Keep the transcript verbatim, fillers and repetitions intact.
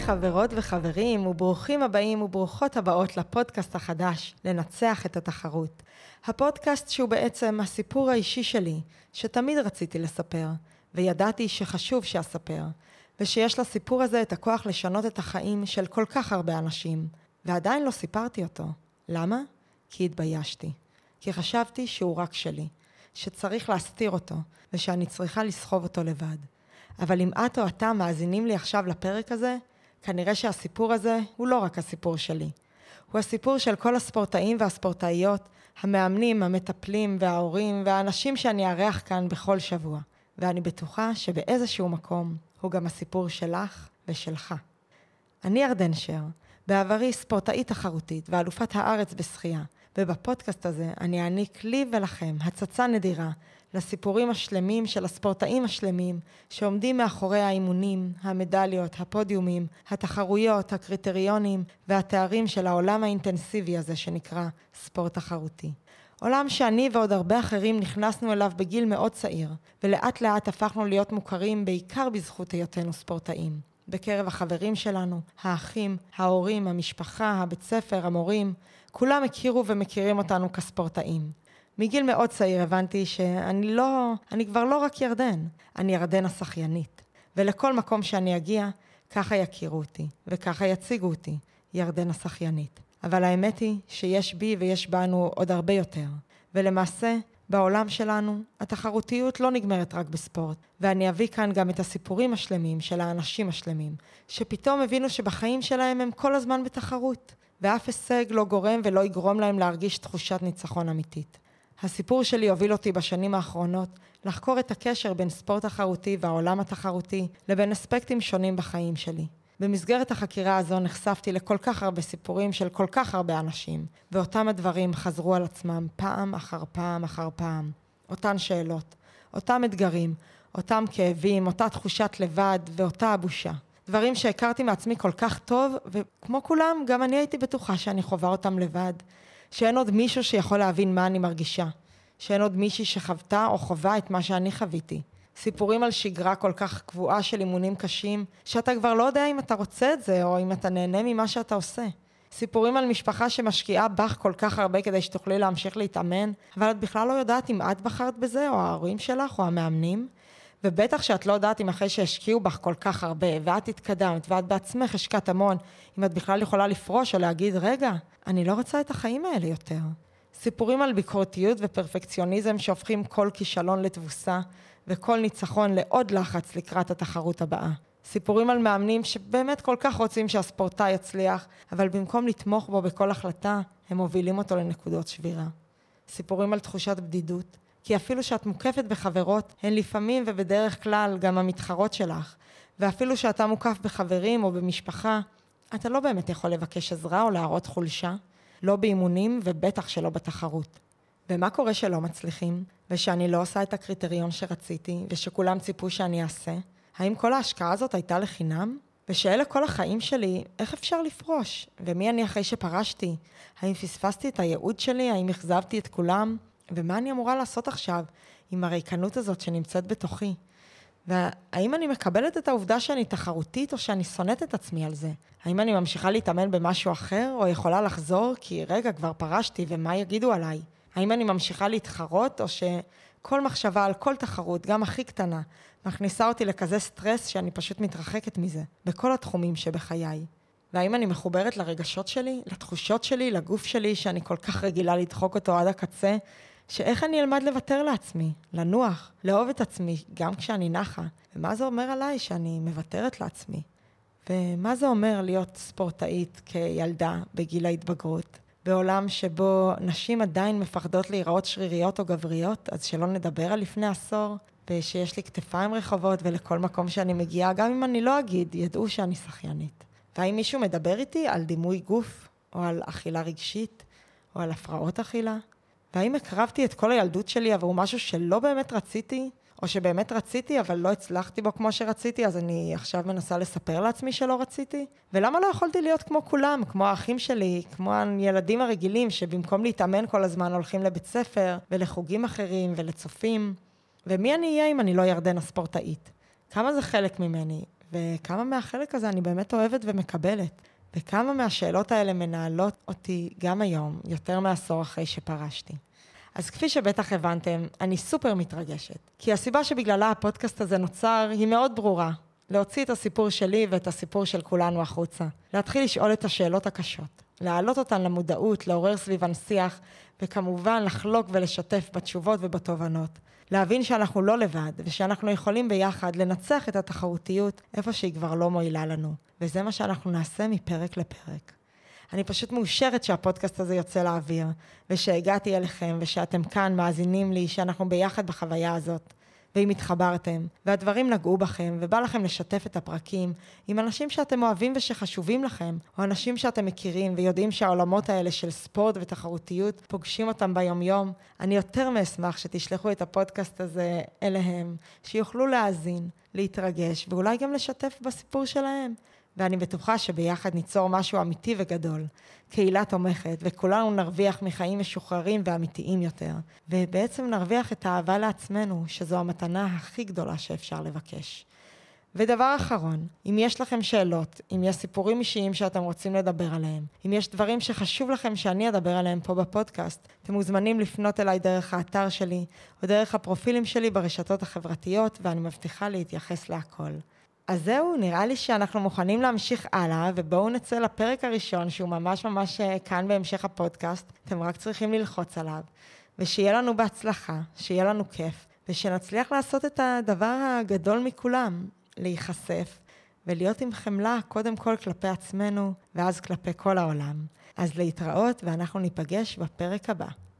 חברות וחברים, וברוכים הבאים וברוכות הבאות לפודקאסט החדש, לנצח את התחרות. הפודקאסט שהוא בעצם הסיפור האישי שלי, שתמיד רציתי לספר, וידעתי שחשוב שאספר, ושיש לסיפור הזה את הכוח לשנות את החיים של כל כך הרבה אנשים, ועדיין לא סיפרתי אותו. למה? כי התביישתי. כי חשבתי שהוא רק שלי, שצריך להסתיר אותו, ושאני צריכה לסחוב אותו לבד. אבל אם את או אתה מאזינים לי עכשיו לפרק הזה, כנראה שהסיפור הזה הוא לא רק הסיפור שלי. הוא הסיפור של כל הספורטאים והספורטאיות, המאמנים, המטפלים וההורים והאנשים שאני ארח כאן בכל שבוע. ואני בטוחה שבאיזשהו מקום הוא גם הסיפור שלך ושלך. אני ירדן שר, בעברי ספורטאית תחרותית ואלופת הארץ בשחייה, ובפודקאסט הזה אני אעניק לי ולכם הצצה נדירה לסיפורים השלמים של הספורטאים השלמים שעומדים מאחורי האימונים, המדליות, הפודיומים, התחרויות, הקריטריונים והתארים של העולם האינטנסיבי הזה שנקרא ספורט תחרותי. עולם שאני ועוד הרבה אחרים נכנסנו אליו בגיל מאוד צעיר, ולאט לאט הפכנו להיות מוכרים בעיקר בזכות היותנו ספורטאים. בקרב החברים שלנו, האחים, ההורים, המשפחה, הבית ספר, המורים, כולם הכירו ומכירים אותנו כספורטאים. מגיל מאוד צעיר הבנתי שאני לא, אני כבר לא רק ירדן, אני ירדן השחיינית. ולכל מקום שאני אגיע, ככה יכירו אותי, וככה יציגו אותי, ירדן השחיינית. אבל האמת היא שיש בי ויש בנו עוד הרבה יותר. ולמעשה, בעולם שלנו, התחרותיות לא נגמרת רק בספורט. ואני אביא כאן גם את הסיפורים השלמים של האנשים השלמים, שפתאום הבינו שבחיים שלהם הם כל הזמן בתחרות. ואף הישג לא גורם ולא יגרום להם להרגיש תחושת ניצחון אמיתית. הסיפור שלי הוביל אותי בשנים האחרונות לחקור את הקשר בין ספורט תחרותי והעולם התחרותי לבין אספקטים שונים בחיים שלי. במסגרת החקירה הזו נחשפתי לכל כך הרבה סיפורים של כל כך הרבה אנשים, ואותם הדברים חזרו על עצמם פעם אחר פעם אחר פעם. אותן שאלות, אותם אתגרים, אותם כאבים, אותה תחושת לבד ואותה הבושה. דברים שהכרתי מעצמי כל כך טוב, וכמו כולם, גם אני הייתי בטוחה שאני חווה אותם לבד. שאין עוד מישהו שיכול להבין מה אני מרגישה. שאין עוד מישהי שחוותה או חווה את מה שאני חוויתי. סיפורים על שגרה כל כך קבועה של אימונים קשים, שאתה כבר לא יודע אם אתה רוצה את זה, או אם אתה נהנה ממה שאתה עושה. סיפורים על משפחה שמשקיעה בך כל כך הרבה כדי שתוכלי להמשיך להתאמן, אבל את בכלל לא יודעת אם את בחרת בזה, או ההורים שלך, או המאמנים. ובטח שאת לא יודעת אם אחרי שהשקיעו בך כל כך הרבה, ואת התקדמת, ואת בעצמך השקעת המון, אם את בכלל יכולה לפרוש או להגיד, רגע, אני לא רוצה את החיים האלה יותר. סיפורים על ביקורתיות ופרפקציוניזם שהופכים כל כישלון לתבוסה, וכל ניצחון לעוד לחץ לקראת התחרות הבאה. סיפורים על מאמנים שבאמת כל כך רוצים שהספורטאי יצליח, אבל במקום לתמוך בו בכל החלטה, הם מובילים אותו לנקודות שבירה. סיפורים על תחושת בדידות, כי אפילו שאת מוקפת בחברות, הן לפעמים ובדרך כלל גם המתחרות שלך. ואפילו שאתה מוקף בחברים או במשפחה, אתה לא באמת יכול לבקש עזרה או להראות חולשה, לא באימונים ובטח שלא בתחרות. ומה קורה שלא מצליחים, ושאני לא עושה את הקריטריון שרציתי, ושכולם ציפו שאני אעשה? האם כל ההשקעה הזאת הייתה לחינם? ושאלה כל החיים שלי, איך אפשר לפרוש? ומי אני אחרי שפרשתי? האם פספסתי את הייעוד שלי? האם החזבתי את כולם? ומה אני אמורה לעשות עכשיו עם הריקנות הזאת שנמצאת בתוכי? והאם אני מקבלת את העובדה שאני תחרותית או שאני שונאת את עצמי על זה? האם אני ממשיכה להתאמן במשהו אחר או יכולה לחזור כי רגע כבר פרשתי ומה יגידו עליי? האם אני ממשיכה להתחרות או שכל מחשבה על כל תחרות, גם הכי קטנה, מכניסה אותי לכזה סטרס שאני פשוט מתרחקת מזה, בכל התחומים שבחיי? והאם אני מחוברת לרגשות שלי, לתחושות שלי, לגוף שלי שאני כל כך רגילה לדחוק אותו עד הקצה, שאיך אני אלמד לוותר לעצמי, לנוח, לאהוב את עצמי, גם כשאני נחה. ומה זה אומר עליי שאני מוותרת לעצמי? ומה זה אומר להיות ספורטאית כילדה בגיל ההתבגרות? בעולם שבו נשים עדיין מפחדות להיראות שריריות או גבריות, אז שלא נדבר על לפני עשור, ושיש לי כתפיים רחבות ולכל מקום שאני מגיעה, גם אם אני לא אגיד, ידעו שאני שחיינית. והאם מישהו מדבר איתי על דימוי גוף, או על אכילה רגשית, או על הפרעות אכילה? והאם הקרבתי את כל הילדות שלי עבור משהו שלא באמת רציתי, או שבאמת רציתי אבל לא הצלחתי בו כמו שרציתי, אז אני עכשיו מנסה לספר לעצמי שלא רציתי? ולמה לא יכולתי להיות כמו כולם, כמו האחים שלי, כמו הילדים הרגילים שבמקום להתאמן כל הזמן הולכים לבית ספר ולחוגים אחרים ולצופים? ומי אני אהיה אם אני לא ירדן הספורטאית? כמה זה חלק ממני? וכמה מהחלק הזה אני באמת אוהבת ומקבלת. וכמה מהשאלות האלה מנהלות אותי גם היום, יותר מעשור אחרי שפרשתי. אז כפי שבטח הבנתם, אני סופר מתרגשת. כי הסיבה שבגללה הפודקאסט הזה נוצר היא מאוד ברורה. להוציא את הסיפור שלי ואת הסיפור של כולנו החוצה. להתחיל לשאול את השאלות הקשות. להעלות אותן למודעות, לעורר סביבן שיח, וכמובן לחלוק ולשתף בתשובות ובתובנות. להבין שאנחנו לא לבד, ושאנחנו יכולים ביחד לנצח את התחרותיות איפה שהיא כבר לא מועילה לנו. וזה מה שאנחנו נעשה מפרק לפרק. אני פשוט מאושרת שהפודקאסט הזה יוצא לאוויר, ושהגעתי אליכם, ושאתם כאן מאזינים לי, שאנחנו ביחד בחוויה הזאת. ואם התחברתם, והדברים נגעו בכם, ובא לכם לשתף את הפרקים עם אנשים שאתם אוהבים ושחשובים לכם, או אנשים שאתם מכירים ויודעים שהעולמות האלה של ספורט ותחרותיות פוגשים אותם ביום-יום, אני יותר מאשמח שתשלחו את הפודקאסט הזה אליהם, שיוכלו להאזין, להתרגש, ואולי גם לשתף בסיפור שלהם. ואני בטוחה שביחד ניצור משהו אמיתי וגדול, קהילה תומכת, וכולנו נרוויח מחיים משוחררים ואמיתיים יותר, ובעצם נרוויח את האהבה לעצמנו, שזו המתנה הכי גדולה שאפשר לבקש. ודבר אחרון, אם יש לכם שאלות, אם יש סיפורים אישיים שאתם רוצים לדבר עליהם, אם יש דברים שחשוב לכם שאני אדבר עליהם פה בפודקאסט, אתם מוזמנים לפנות אליי דרך האתר שלי, או דרך הפרופילים שלי ברשתות החברתיות, ואני מבטיחה להתייחס להכל. אז זהו, נראה לי שאנחנו מוכנים להמשיך הלאה, ובואו נצא לפרק הראשון, שהוא ממש ממש כאן בהמשך הפודקאסט. אתם רק צריכים ללחוץ עליו, ושיהיה לנו בהצלחה, שיהיה לנו כיף, ושנצליח לעשות את הדבר הגדול מכולם, להיחשף, ולהיות עם חמלה קודם כל כלפי עצמנו, ואז כלפי כל העולם. אז להתראות, ואנחנו ניפגש בפרק הבא.